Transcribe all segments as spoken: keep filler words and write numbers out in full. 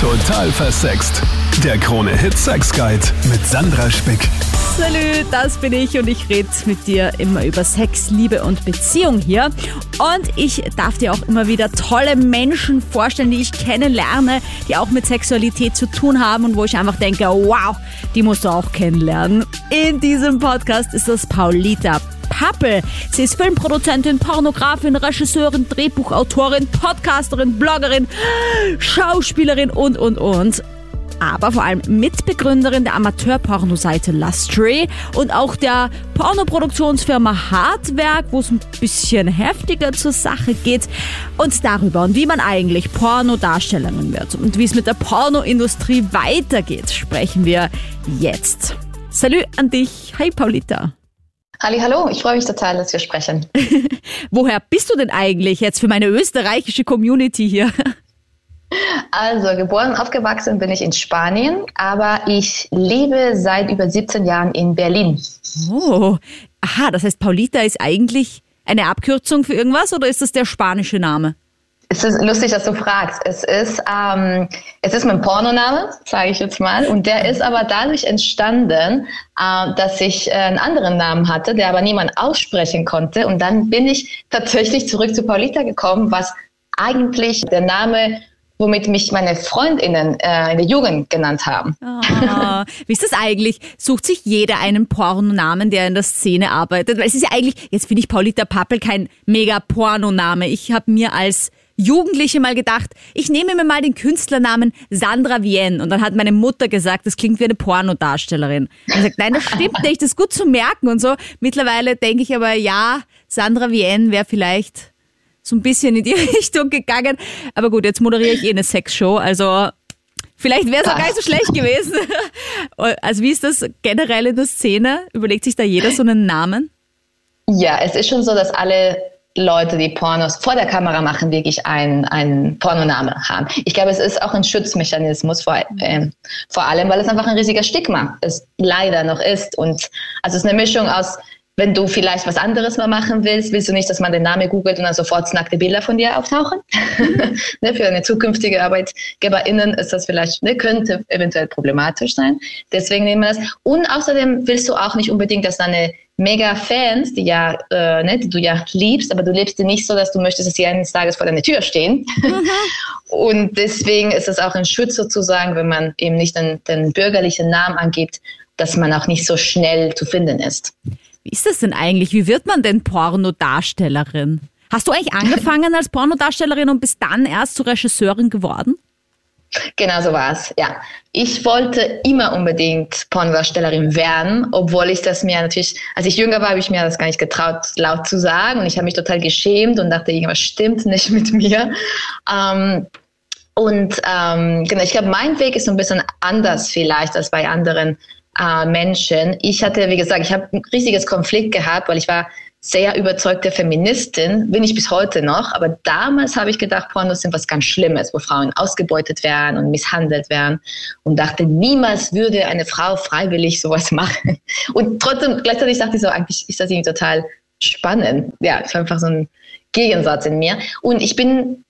Total versext. Der Krone-Hit Sex Guide mit Sandra Spick. Salü, das bin ich und ich rede mit dir immer über Sex, Liebe und Beziehung hier. Und ich darf dir auch immer wieder tolle Menschen vorstellen, die ich kennenlerne, die auch mit Sexualität zu tun haben und wo ich einfach denke, wow, die musst du auch kennenlernen. In diesem Podcast ist das Paulita Pappel. Sie ist Filmproduzentin, Pornografin, Regisseurin, Drehbuchautorin, Podcasterin, Bloggerin, Schauspielerin und, und, und. Aber vor allem Mitbegründerin der Amateur-Pornoseite Lustry und auch der Pornoproduktionsfirma Hartwerk, wo es ein bisschen heftiger zur Sache geht. Und darüber und wie man eigentlich Pornodarstellerin wird und wie es mit der Pornoindustrie weitergeht, sprechen wir jetzt. Salü an dich. Hi Paulita. Halli, hallo, ich freue mich total, dass wir sprechen. Woher bist du denn eigentlich jetzt für meine österreichische Community hier? Also, geboren und aufgewachsen bin ich in Spanien, aber ich lebe seit über siebzehn Jahren in Berlin. Oh, aha, das heißt, Paulita ist eigentlich eine Abkürzung für irgendwas oder ist das der spanische Name? Es ist lustig, dass du fragst. Es ist, ähm, es ist mein Pornoname, sage ich jetzt mal. Und der ist aber dadurch entstanden, äh, dass ich äh, einen anderen Namen hatte, der aber niemand aussprechen konnte. Und dann bin ich tatsächlich zurück zu Paulita gekommen, was eigentlich der Name, womit mich meine FreundInnen äh, in der Jugend genannt haben. Oh, wie ist das eigentlich? Sucht sich jeder einen Pornonamen, der in der Szene arbeitet? Weil es ist ja eigentlich, jetzt finde ich Paulita Pappel kein mega Pornoname. Ich habe mir als Jugendliche mal gedacht, ich nehme mir mal den Künstlernamen Sandra Vienne. Und dann hat meine Mutter gesagt, das klingt wie eine Pornodarstellerin. Und ich gesagt, nein, das stimmt nicht, das ist gut zu merken und so. Mittlerweile denke ich aber, ja, Sandra Vienne wäre vielleicht so ein bisschen in die Richtung gegangen. Aber gut, jetzt moderiere ich eh eine Sexshow, also vielleicht wäre es auch gar nicht so schlecht gewesen. Also wie ist das generell in der Szene? Überlegt sich da jeder so einen Namen? Ja, es ist schon so, dass alle Leute, die Pornos vor der Kamera machen, wirklich einen, einen Pornoname haben. Ich glaube, es ist auch ein Schutzmechanismus, vor, äh, vor allem, weil es einfach ein riesiger Stigma ist, leider noch ist. Und also es ist eine Mischung aus, wenn du vielleicht was anderes mal machen willst, willst du nicht, dass man den Namen googelt und dann sofort nackte Bilder von dir auftauchen. ne, für eine zukünftige ArbeitgeberInnen ist das vielleicht, ne, könnte eventuell problematisch sein. Deswegen nehmen wir das. Und außerdem willst du auch nicht unbedingt, dass deine Mega-Fans, die ja, äh, ne, die du ja liebst, aber du lebst die nicht so, dass du möchtest, dass sie eines Tages vor deiner Tür stehen. Mhm. Und deswegen ist es auch ein Schutz sozusagen, wenn man eben nicht den, den bürgerlichen Namen angibt, dass man auch nicht so schnell zu finden ist. Wie ist das denn eigentlich? Wie wird man denn Pornodarstellerin? Hast du eigentlich angefangen als Pornodarstellerin und bist dann erst zur Regisseurin geworden? Genau so war es, ja. Ich wollte immer unbedingt Pornodarstellerin werden, obwohl ich das mir natürlich, als ich jünger war, habe ich mir das gar nicht getraut, laut zu sagen. Und ich habe mich total geschämt und dachte, irgendwas stimmt nicht mit mir. Ähm, und ähm, genau, ich glaube, mein Weg ist so ein bisschen anders vielleicht als bei anderen äh, Menschen. Ich hatte, wie gesagt, ich habe ein riesiges Konflikt gehabt, weil ich war sehr überzeugte Feministin, bin ich bis heute noch, aber damals habe ich gedacht, Pornos sind was ganz Schlimmes, wo Frauen ausgebeutet werden und misshandelt werden und dachte, niemals würde eine Frau freiwillig sowas machen. Und trotzdem, gleichzeitig dachte ich so, eigentlich ist das irgendwie total spannend. Ja, es war einfach so ein Gegensatz in mir. Und ich bin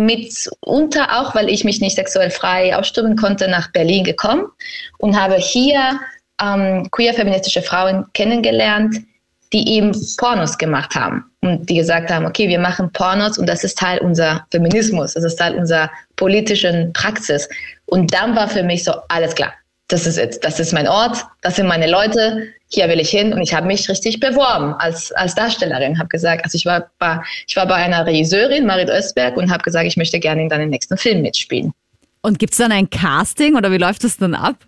mitunter auch, weil ich mich nicht sexuell frei ausdrücken konnte, nach Berlin gekommen und habe hier ähm, queer-feministische Frauen kennengelernt, die eben Pornos gemacht haben und die gesagt haben, okay, wir machen Pornos und das ist Teil unserer Feminismus, das ist Teil unserer politischen Praxis. Und dann war für mich so, alles klar, das ist jetzt, das ist mein Ort, das sind meine Leute, hier will ich hin. Und ich habe mich richtig beworben als, als Darstellerin, habe gesagt, also ich war, war, ich war bei einer Regisseurin, Marit Östberg, und habe gesagt, ich möchte gerne in deinem nächsten Film mitspielen. Und gibt es dann ein Casting oder wie läuft das dann ab?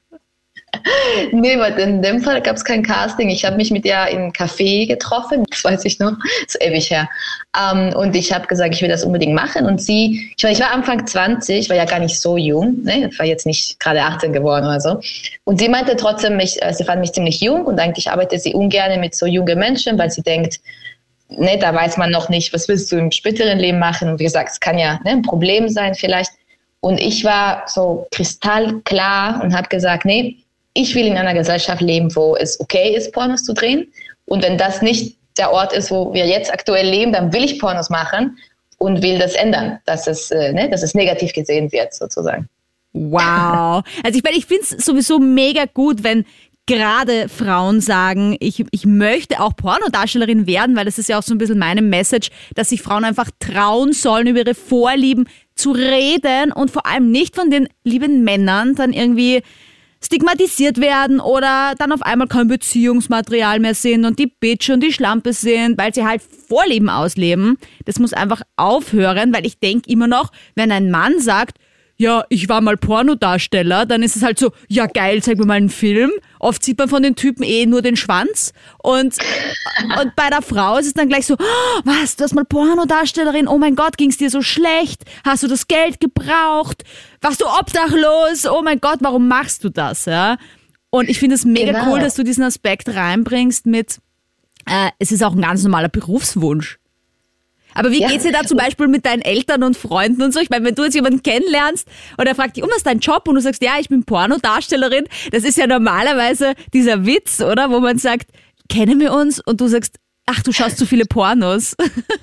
Nee, weil in dem Fall gab es kein Casting. Ich habe mich mit ihr in einem Café getroffen, das weiß ich noch, das ist ewig her. Um, und ich habe gesagt, ich will das unbedingt machen. Und sie, ich, meine, ich war Anfang zwanzig, war ja gar nicht so jung, ne? Ich war jetzt nicht gerade achtzehn geworden oder so. Und sie meinte trotzdem, mich, sie fand mich ziemlich jung und eigentlich arbeitet sie ungern mit so jungen Menschen, weil sie denkt, ne, da weiß man noch nicht, was willst du im späteren Leben machen. Und wie gesagt, es kann ja, ne, ein Problem sein vielleicht. Und ich war so kristallklar und habe gesagt, nee, ich will in einer Gesellschaft leben, wo es okay ist, Pornos zu drehen. Und wenn das nicht der Ort ist, wo wir jetzt aktuell leben, dann will ich Pornos machen und will das ändern, dass es, äh, ne, dass es negativ gesehen wird, sozusagen. Wow. Also ich meine, ich finde es sowieso mega gut, wenn gerade Frauen sagen, ich, ich möchte auch Pornodarstellerin werden, weil das ist ja auch so ein bisschen meine Message, dass sich Frauen einfach trauen sollen, über ihre Vorlieben zu reden und vor allem nicht von den lieben Männern dann irgendwie stigmatisiert werden oder dann auf einmal kein Beziehungsmaterial mehr sind und die Bitch und die Schlampe sind, weil sie halt Vorlieben ausleben. Das muss einfach aufhören, weil ich denke immer noch, wenn ein Mann sagt, ja, ich war mal Pornodarsteller, dann ist es halt so, ja geil, zeig mir mal einen Film. Oft sieht man von den Typen eh nur den Schwanz. Und, und bei der Frau ist es dann gleich so, oh, was, du hast mal Pornodarstellerin, oh mein Gott, ging's dir so schlecht? Hast du das Geld gebraucht? Warst du obdachlos? Oh mein Gott, warum machst du das? Ja? Und ich finde es mega genau. cool, dass du diesen Aspekt reinbringst mit, äh, es ist auch ein ganz normaler Berufswunsch. Aber wie ja. geht's dir da zum Beispiel mit deinen Eltern und Freunden und so? Ich meine, wenn du jetzt jemanden kennenlernst und er fragt dich, um was ist dein Job? Und du sagst, ja, ich bin Pornodarstellerin. Das ist ja normalerweise dieser Witz, oder? Wo man sagt, kennen wir uns? Und du sagst, ach, du schaust zu viele Pornos.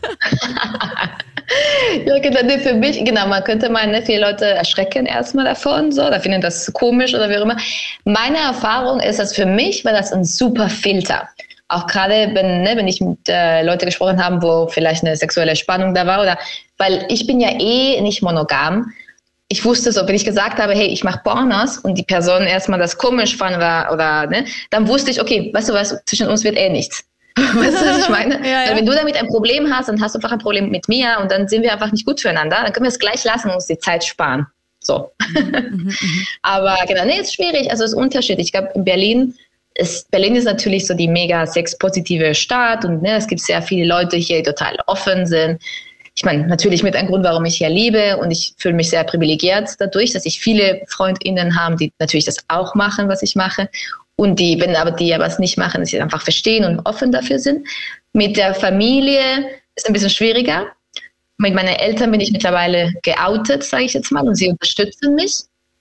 Ja, genau, für mich, genau, man könnte meinen, viele Leute erschrecken erstmal davon, so, da finden das komisch oder wie auch immer. Meine Erfahrung ist, dass für mich war das ein super Filter. Auch gerade, wenn, ne, wenn ich mit äh, Leuten gesprochen habe, wo vielleicht eine sexuelle Spannung da war, oder weil ich bin ja eh nicht monogam. Ich wusste so, wenn ich gesagt habe, hey, ich mache Pornos und die Person erstmal das komisch fand oder, oder ne, dann wusste ich, okay, weißt du was, zwischen uns wird eh nichts. Weißt du, was ich meine? Ja, ja. Wenn du damit ein Problem hast, dann hast du einfach ein Problem mit mir und dann sind wir einfach nicht gut füreinander. Dann können wir es gleich lassen und uns die Zeit sparen. So. Mhm, mh, Aber genau, nee, ist schwierig. Also es ist unterschiedlich. Ich glaube, in Berlin ist, Berlin ist natürlich so die mega sexpositive Stadt und ne, es gibt sehr viele Leute hier, die total offen sind. Ich meine, natürlich mit einem Grund, warum ich hier lebe und ich fühle mich sehr privilegiert dadurch, dass ich viele FreundInnen habe, die natürlich das auch machen, was ich mache. Und die, wenn aber die aber es nicht machen, dass sie einfach verstehen und offen dafür sind. Mit der Familie ist es ein bisschen schwieriger. Mit meinen Eltern bin ich mittlerweile geoutet, sage ich jetzt mal, und sie unterstützen mich.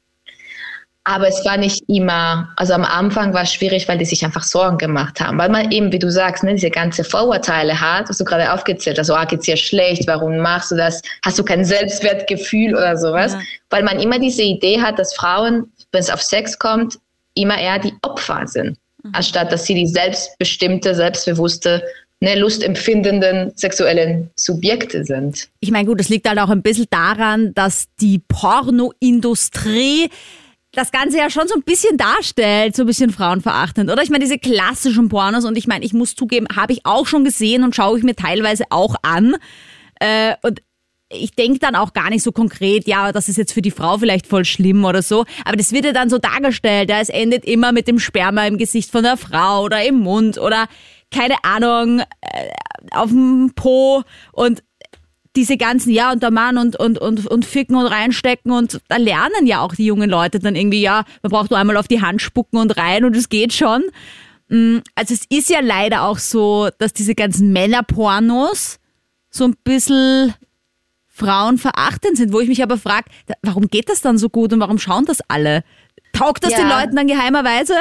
Aber es war nicht immer, also am Anfang war es schwierig, weil die sich einfach Sorgen gemacht haben. Weil man eben, wie du sagst, ne, diese ganze Vorurteile hat, was du gerade aufgezählt hast, so, ah, geht's dir schlecht, warum machst du das? Hast du kein Selbstwertgefühl oder sowas? Ja. Weil man immer diese Idee hat, dass Frauen, wenn es auf Sex kommt, immer eher die Opfer sind, mhm. anstatt dass sie die selbstbestimmte, selbstbewusste, ne, lustempfindenden sexuellen Subjekte sind. Ich meine, gut, das liegt halt auch ein bisschen daran, dass die Pornoindustrie das Ganze ja schon so ein bisschen darstellt, so ein bisschen frauenverachtend, oder? Ich meine, diese klassischen Pornos, und ich meine, ich muss zugeben, habe ich auch schon gesehen und schaue ich mir teilweise auch an. Äh, und ich denke dann auch gar nicht so konkret, ja, das ist jetzt für die Frau vielleicht voll schlimm oder so, aber das wird ja dann so dargestellt, ja, es endet immer mit dem Sperma im Gesicht von der Frau oder im Mund oder, keine Ahnung, äh, auf dem Po und diese ganzen, ja, und der Mann und, und, und, und ficken und reinstecken und da lernen ja auch die jungen Leute dann irgendwie, ja, man braucht nur einmal auf die Hand spucken und rein und es geht schon. Also es ist ja leider auch so, dass diese ganzen Männerpornos so ein bisschen frauenverachtend sind, wo ich mich aber frage, warum geht das dann so gut und warum schauen das alle? Taugt das ja den Leuten dann geheimerweise?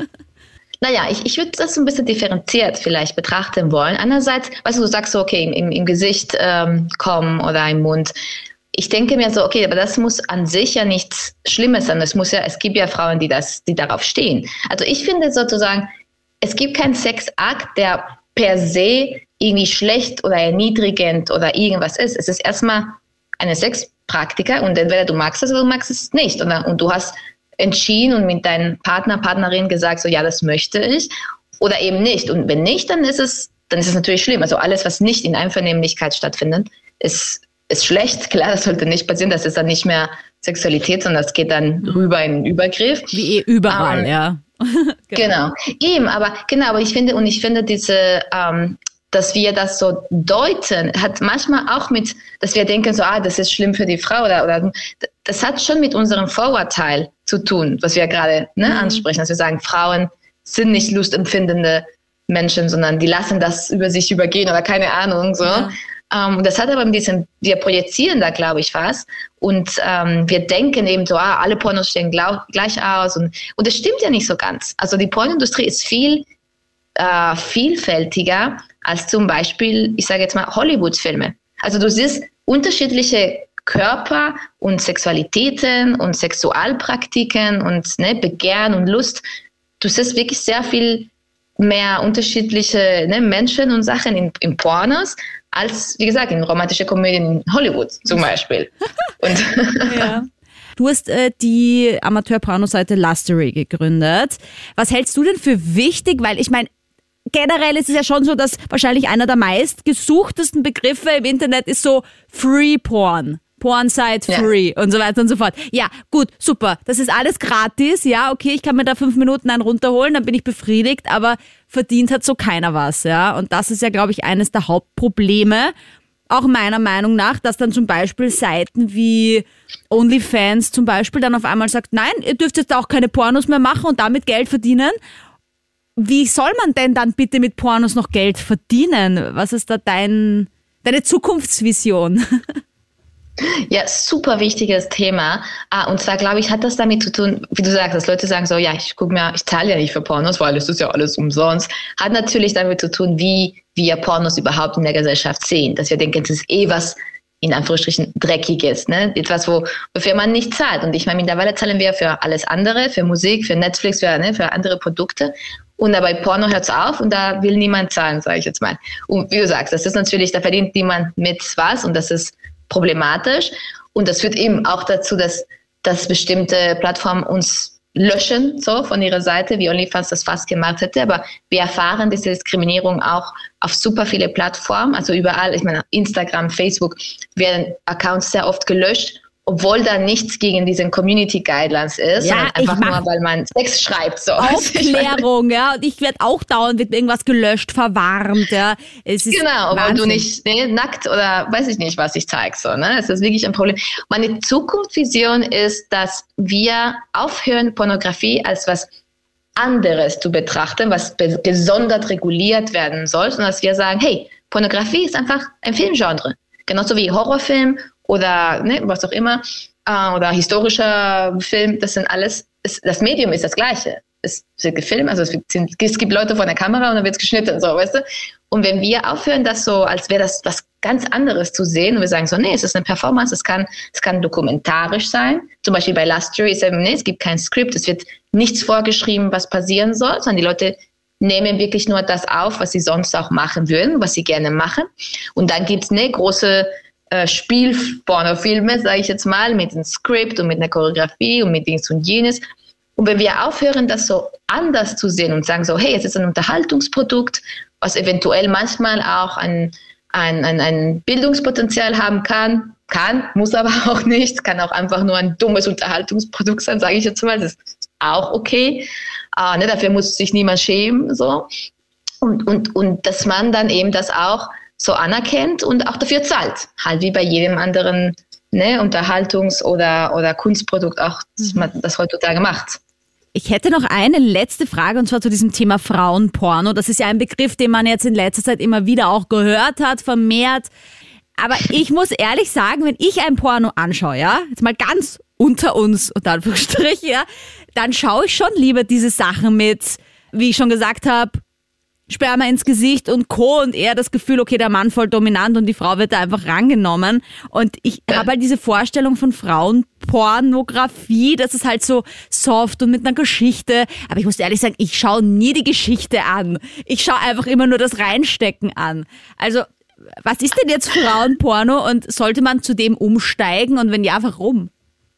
Naja, ich, ich würde das ein bisschen differenziert vielleicht betrachten wollen. Einerseits, weißt du, du sagst so, okay, im, im Gesicht ähm, kommen oder im Mund. Ich denke mir so, okay, aber das muss an sich ja nichts Schlimmes sein. Es muss ja, es gibt ja Frauen, die das, die darauf stehen. Also ich finde sozusagen, es gibt keinen Sexakt, der per se irgendwie schlecht oder erniedrigend oder irgendwas ist. Es ist erstmal eine Sexpraktika und entweder du magst es oder du magst es nicht. Und, und du hast entschieden und mit deinem Partner, Partnerin gesagt, so ja, das möchte ich oder eben nicht. Und wenn nicht, dann ist es, dann ist es natürlich schlimm. Also alles, was nicht in Einvernehmlichkeit stattfindet, ist, ist schlecht. Klar, das sollte nicht passieren. Das ist dann nicht mehr Sexualität, sondern das geht dann mhm. rüber in den Übergriff. Wie eh überall, um, ja. genau. genau. Eben, aber genau, aber ich finde, und ich finde diese, ähm, dass wir das so deuten, hat manchmal auch mit, dass wir denken so, ah, das ist schlimm für die Frau oder, oder das hat schon mit unserem Vorurteil zu tun, was wir gerade ne, mhm. ansprechen, dass wir sagen, Frauen sind nicht lustempfindende Menschen, sondern die lassen das über sich übergehen oder keine Ahnung, so. Ja. Um, das hat aber mit diesem, wir projizieren da, glaube ich, was und ähm, wir denken eben so, ah, alle Pornos stehen glau- gleich aus und, und das stimmt ja nicht so ganz. Also die Pornoindustrie ist viel äh, vielfältiger als zum Beispiel, ich sage jetzt mal, Hollywood-Filme. Also du siehst unterschiedliche Körper und Sexualitäten und Sexualpraktiken und ne, Begehren und Lust. Du siehst wirklich sehr viel mehr unterschiedliche ne, Menschen und Sachen in, in Pornos als, wie gesagt, in romantische Komödien in Hollywood zum Beispiel. Und ja. Du hast äh, die Amateur-Porno-Seite Lustery gegründet. Was hältst du denn für wichtig? Weil ich meine, generell ist es ja schon so, dass wahrscheinlich einer der meistgesuchtesten Begriffe im Internet ist so Free Porn. Pornsite free ja. und so weiter und so fort. Ja, gut, super. Das ist alles gratis. Ja, okay, ich kann mir da fünf Minuten einen runterholen, dann bin ich befriedigt, aber verdient hat so keiner was. Ja, und das ist ja, glaube ich, eines der Hauptprobleme. Auch meiner Meinung nach, dass dann zum Beispiel Seiten wie OnlyFans zum Beispiel dann auf einmal sagt, nein, ihr dürft jetzt auch keine Pornos mehr machen und damit Geld verdienen. Wie soll man denn dann bitte mit Pornos noch Geld verdienen? Was ist da dein, deine Zukunftsvision? Ja, super wichtiges Thema. Ah, und zwar, glaube ich, hat das damit zu tun, wie du sagst, dass Leute sagen so, ja, ich gucke mir, ich zahle ja nicht für Pornos, weil es ist ja alles umsonst. Hat natürlich damit zu tun, wie wir Pornos überhaupt in der Gesellschaft sehen. Dass wir denken, es ist eh was, in Anführungsstrichen, Dreckiges, ne? Etwas, wo, wofür man nicht zahlt. Und ich meine, mittlerweile zahlen wir für alles andere, für Musik, für Netflix, für, ne, für andere Produkte. Und bei Porno hört es auf und da will niemand zahlen, sage ich jetzt mal. Und wie du sagst, das ist natürlich, da verdient niemand mit was und das ist problematisch. Und das führt eben auch dazu, dass, dass bestimmte Plattformen uns löschen, so von ihrer Seite, wie OnlyFans das fast gemacht hätte. Aber wir erfahren diese Diskriminierung auch auf super viele Plattformen, also überall. Ich meine, Instagram, Facebook werden Accounts sehr oft gelöscht, obwohl da nichts gegen diesen Community Guidelines ist, ja, einfach nur, weil man Sex schreibt. So. Aufklärung, ja. Und ich werde auch dauernd mit irgendwas gelöscht, verwarnt, ja. Es ist genau, obwohl Wahnsinn. Du nicht ne, nackt oder weiß ich nicht, was ich zeige. So, ne? Es ist wirklich ein Problem. Meine Zukunftsvision ist, dass wir aufhören, Pornografie als was anderes zu betrachten, was be- gesondert reguliert werden soll, sondern dass wir sagen, hey, Pornografie ist einfach ein Filmgenre. Genauso wie Horrorfilm oder ne, was auch immer, äh, oder historischer Film, das sind alles, ist, das Medium ist das gleiche. Es wird gefilmt, also es, wird, es gibt Leute vor der Kamera und dann wird es geschnitten, so, weißt du. Und wenn wir aufhören, das so, als wäre das was ganz anderes zu sehen und wir sagen so, nee, es ist eine Performance, es kann, es kann dokumentarisch sein. Zum Beispiel bei Lustery ist eben, nee, es gibt kein Skript, es wird nichts vorgeschrieben, was passieren soll, sondern die Leute nehmen wirklich nur das auf, was sie sonst auch machen würden, was sie gerne machen. Und dann gibt's eine große äh, Spielpornofilme, sage ich jetzt mal, mit einem Skript und mit einer Choreografie und mit Dings und jenes. Und wenn wir aufhören, das so anders zu sehen und sagen so, hey, es ist ein Unterhaltungsprodukt, was eventuell manchmal auch ein, ein, ein, ein Bildungspotenzial haben kann, kann, muss aber auch nicht, kann auch einfach nur ein dummes Unterhaltungsprodukt sein, sage ich jetzt mal, das ist auch okay. Uh, ne, dafür muss sich niemand schämen. So. Und, und, und dass man dann eben das auch so anerkennt und auch dafür zahlt. Halt wie bei jedem anderen ne, Unterhaltungs- oder, oder Kunstprodukt auch, dass man das heutzutage macht. Ich hätte noch eine letzte Frage und zwar zu diesem Thema Frauenporno. Das ist ja ein Begriff, den man jetzt in letzter Zeit immer wieder auch gehört hat, vermehrt. Aber ich muss ehrlich sagen, wenn ich ein Porno anschaue, ja, jetzt mal ganz unter uns, unter Anführungsstrichen, ja, dann schaue ich schon lieber diese Sachen mit, wie ich schon gesagt habe, Sperma ins Gesicht und Co. und eher das Gefühl, okay, der Mann voll dominant und die Frau wird da einfach rangenommen. Und ich habe halt diese Vorstellung von Frauenpornografie, das ist halt so soft und mit einer Geschichte. Aber ich muss ehrlich sagen, ich schaue nie die Geschichte an. Ich schaue einfach immer nur das Reinstecken an. Also, was ist denn jetzt Frauenporno und sollte man zu dem umsteigen und wenn ja, warum?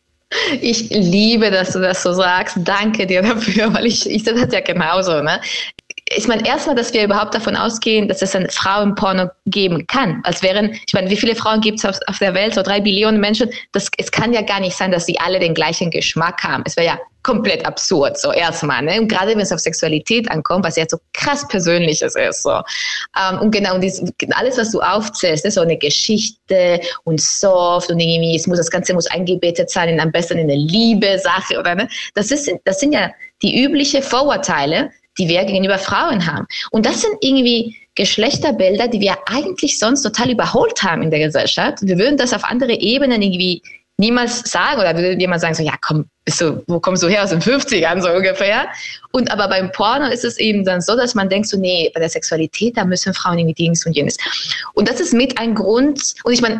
Ich liebe, dass du das so sagst. Danke dir dafür, weil ich, ich sehe das ja genauso. Ne? Ich meine, erstmal, dass wir überhaupt davon ausgehen, dass es ein Frauenporno geben kann. Als wären, ich meine, wie viele Frauen gibt es auf, auf der Welt? So drei Billionen Menschen. Das, es kann ja gar nicht sein, dass sie alle den gleichen Geschmack haben. Es wäre ja komplett absurd, so erstmal. Ne? Und gerade wenn es auf Sexualität ankommt, was ja so krass Persönliches ist. So. Um, und genau, und dies, alles, was du aufzählst, ist so eine Geschichte und soft und irgendwie, es muss, das Ganze muss eingebettet sein, in, am besten in eine Liebe-Sache. Oder, ne? das, ist, das sind ja die üblichen Vorurteile, die wir gegenüber Frauen haben. Und das sind irgendwie Geschlechterbilder, die wir eigentlich sonst total überholt haben in der Gesellschaft. Wir würden das auf andere Ebenen irgendwie niemals sagen oder würde jemand sagen so, ja komm, bist du, wo kommst du her, aus den fünfzigern so ungefähr. Und aber beim Porno ist es eben dann so, dass man denkt so, nee, bei der Sexualität, da müssen Frauen irgendwie Dings und jenes. Und das ist mit ein Grund, und ich meine,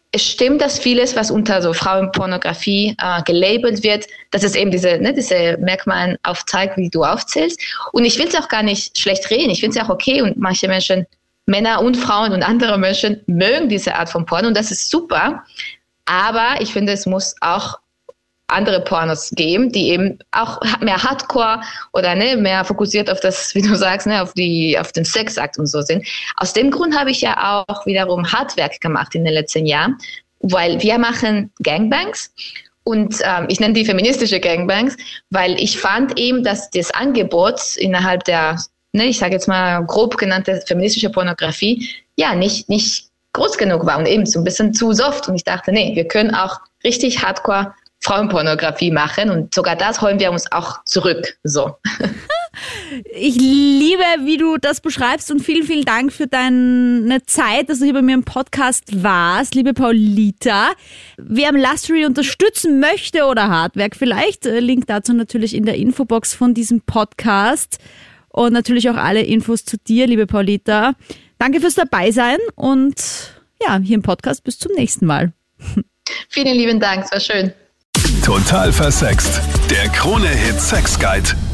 es stimmt, dass vieles, was unter so Frauenpornografie äh, gelabelt wird, dass es eben diese, ne, diese Merkmale aufzeigt, wie du aufzählst. Und ich will es auch gar nicht schlecht reden. Ich finde es auch okay. Und manche Menschen, Männer und Frauen und andere Menschen mögen diese Art von Porno. Und das ist super. Aber ich finde, es muss auch andere Pornos geben, die eben auch mehr Hardcore oder ne, mehr fokussiert auf das, wie du sagst, ne, auf die, auf den Sexakt und so sind. Aus dem Grund habe ich ja auch wiederum Handwerk gemacht in den letzten Jahren, weil wir machen Gangbangs und ähm, ich nenne die feministische Gangbangs, weil ich fand eben, dass das Angebot innerhalb der, ne, ich sage jetzt mal grob genannte feministische Pornografie, ja, nicht, nicht groß genug war und eben so ein bisschen zu soft. Und ich dachte, nee, wir können auch richtig Hardcore Frauenpornografie machen und sogar das holen wir uns auch zurück. So. Ich liebe, wie du das beschreibst und vielen, vielen Dank für deine Zeit, dass du hier bei mir im Podcast warst, liebe Paulita. Wer am Lustery unterstützen möchte oder Handwerk vielleicht, Link dazu natürlich in der Infobox von diesem Podcast und natürlich auch alle Infos zu dir, liebe Paulita. Danke fürs Dabeisein und ja, hier im Podcast bis zum nächsten Mal. Vielen lieben Dank, es war schön. Total versext. Der Krone-Hit Sex Guide.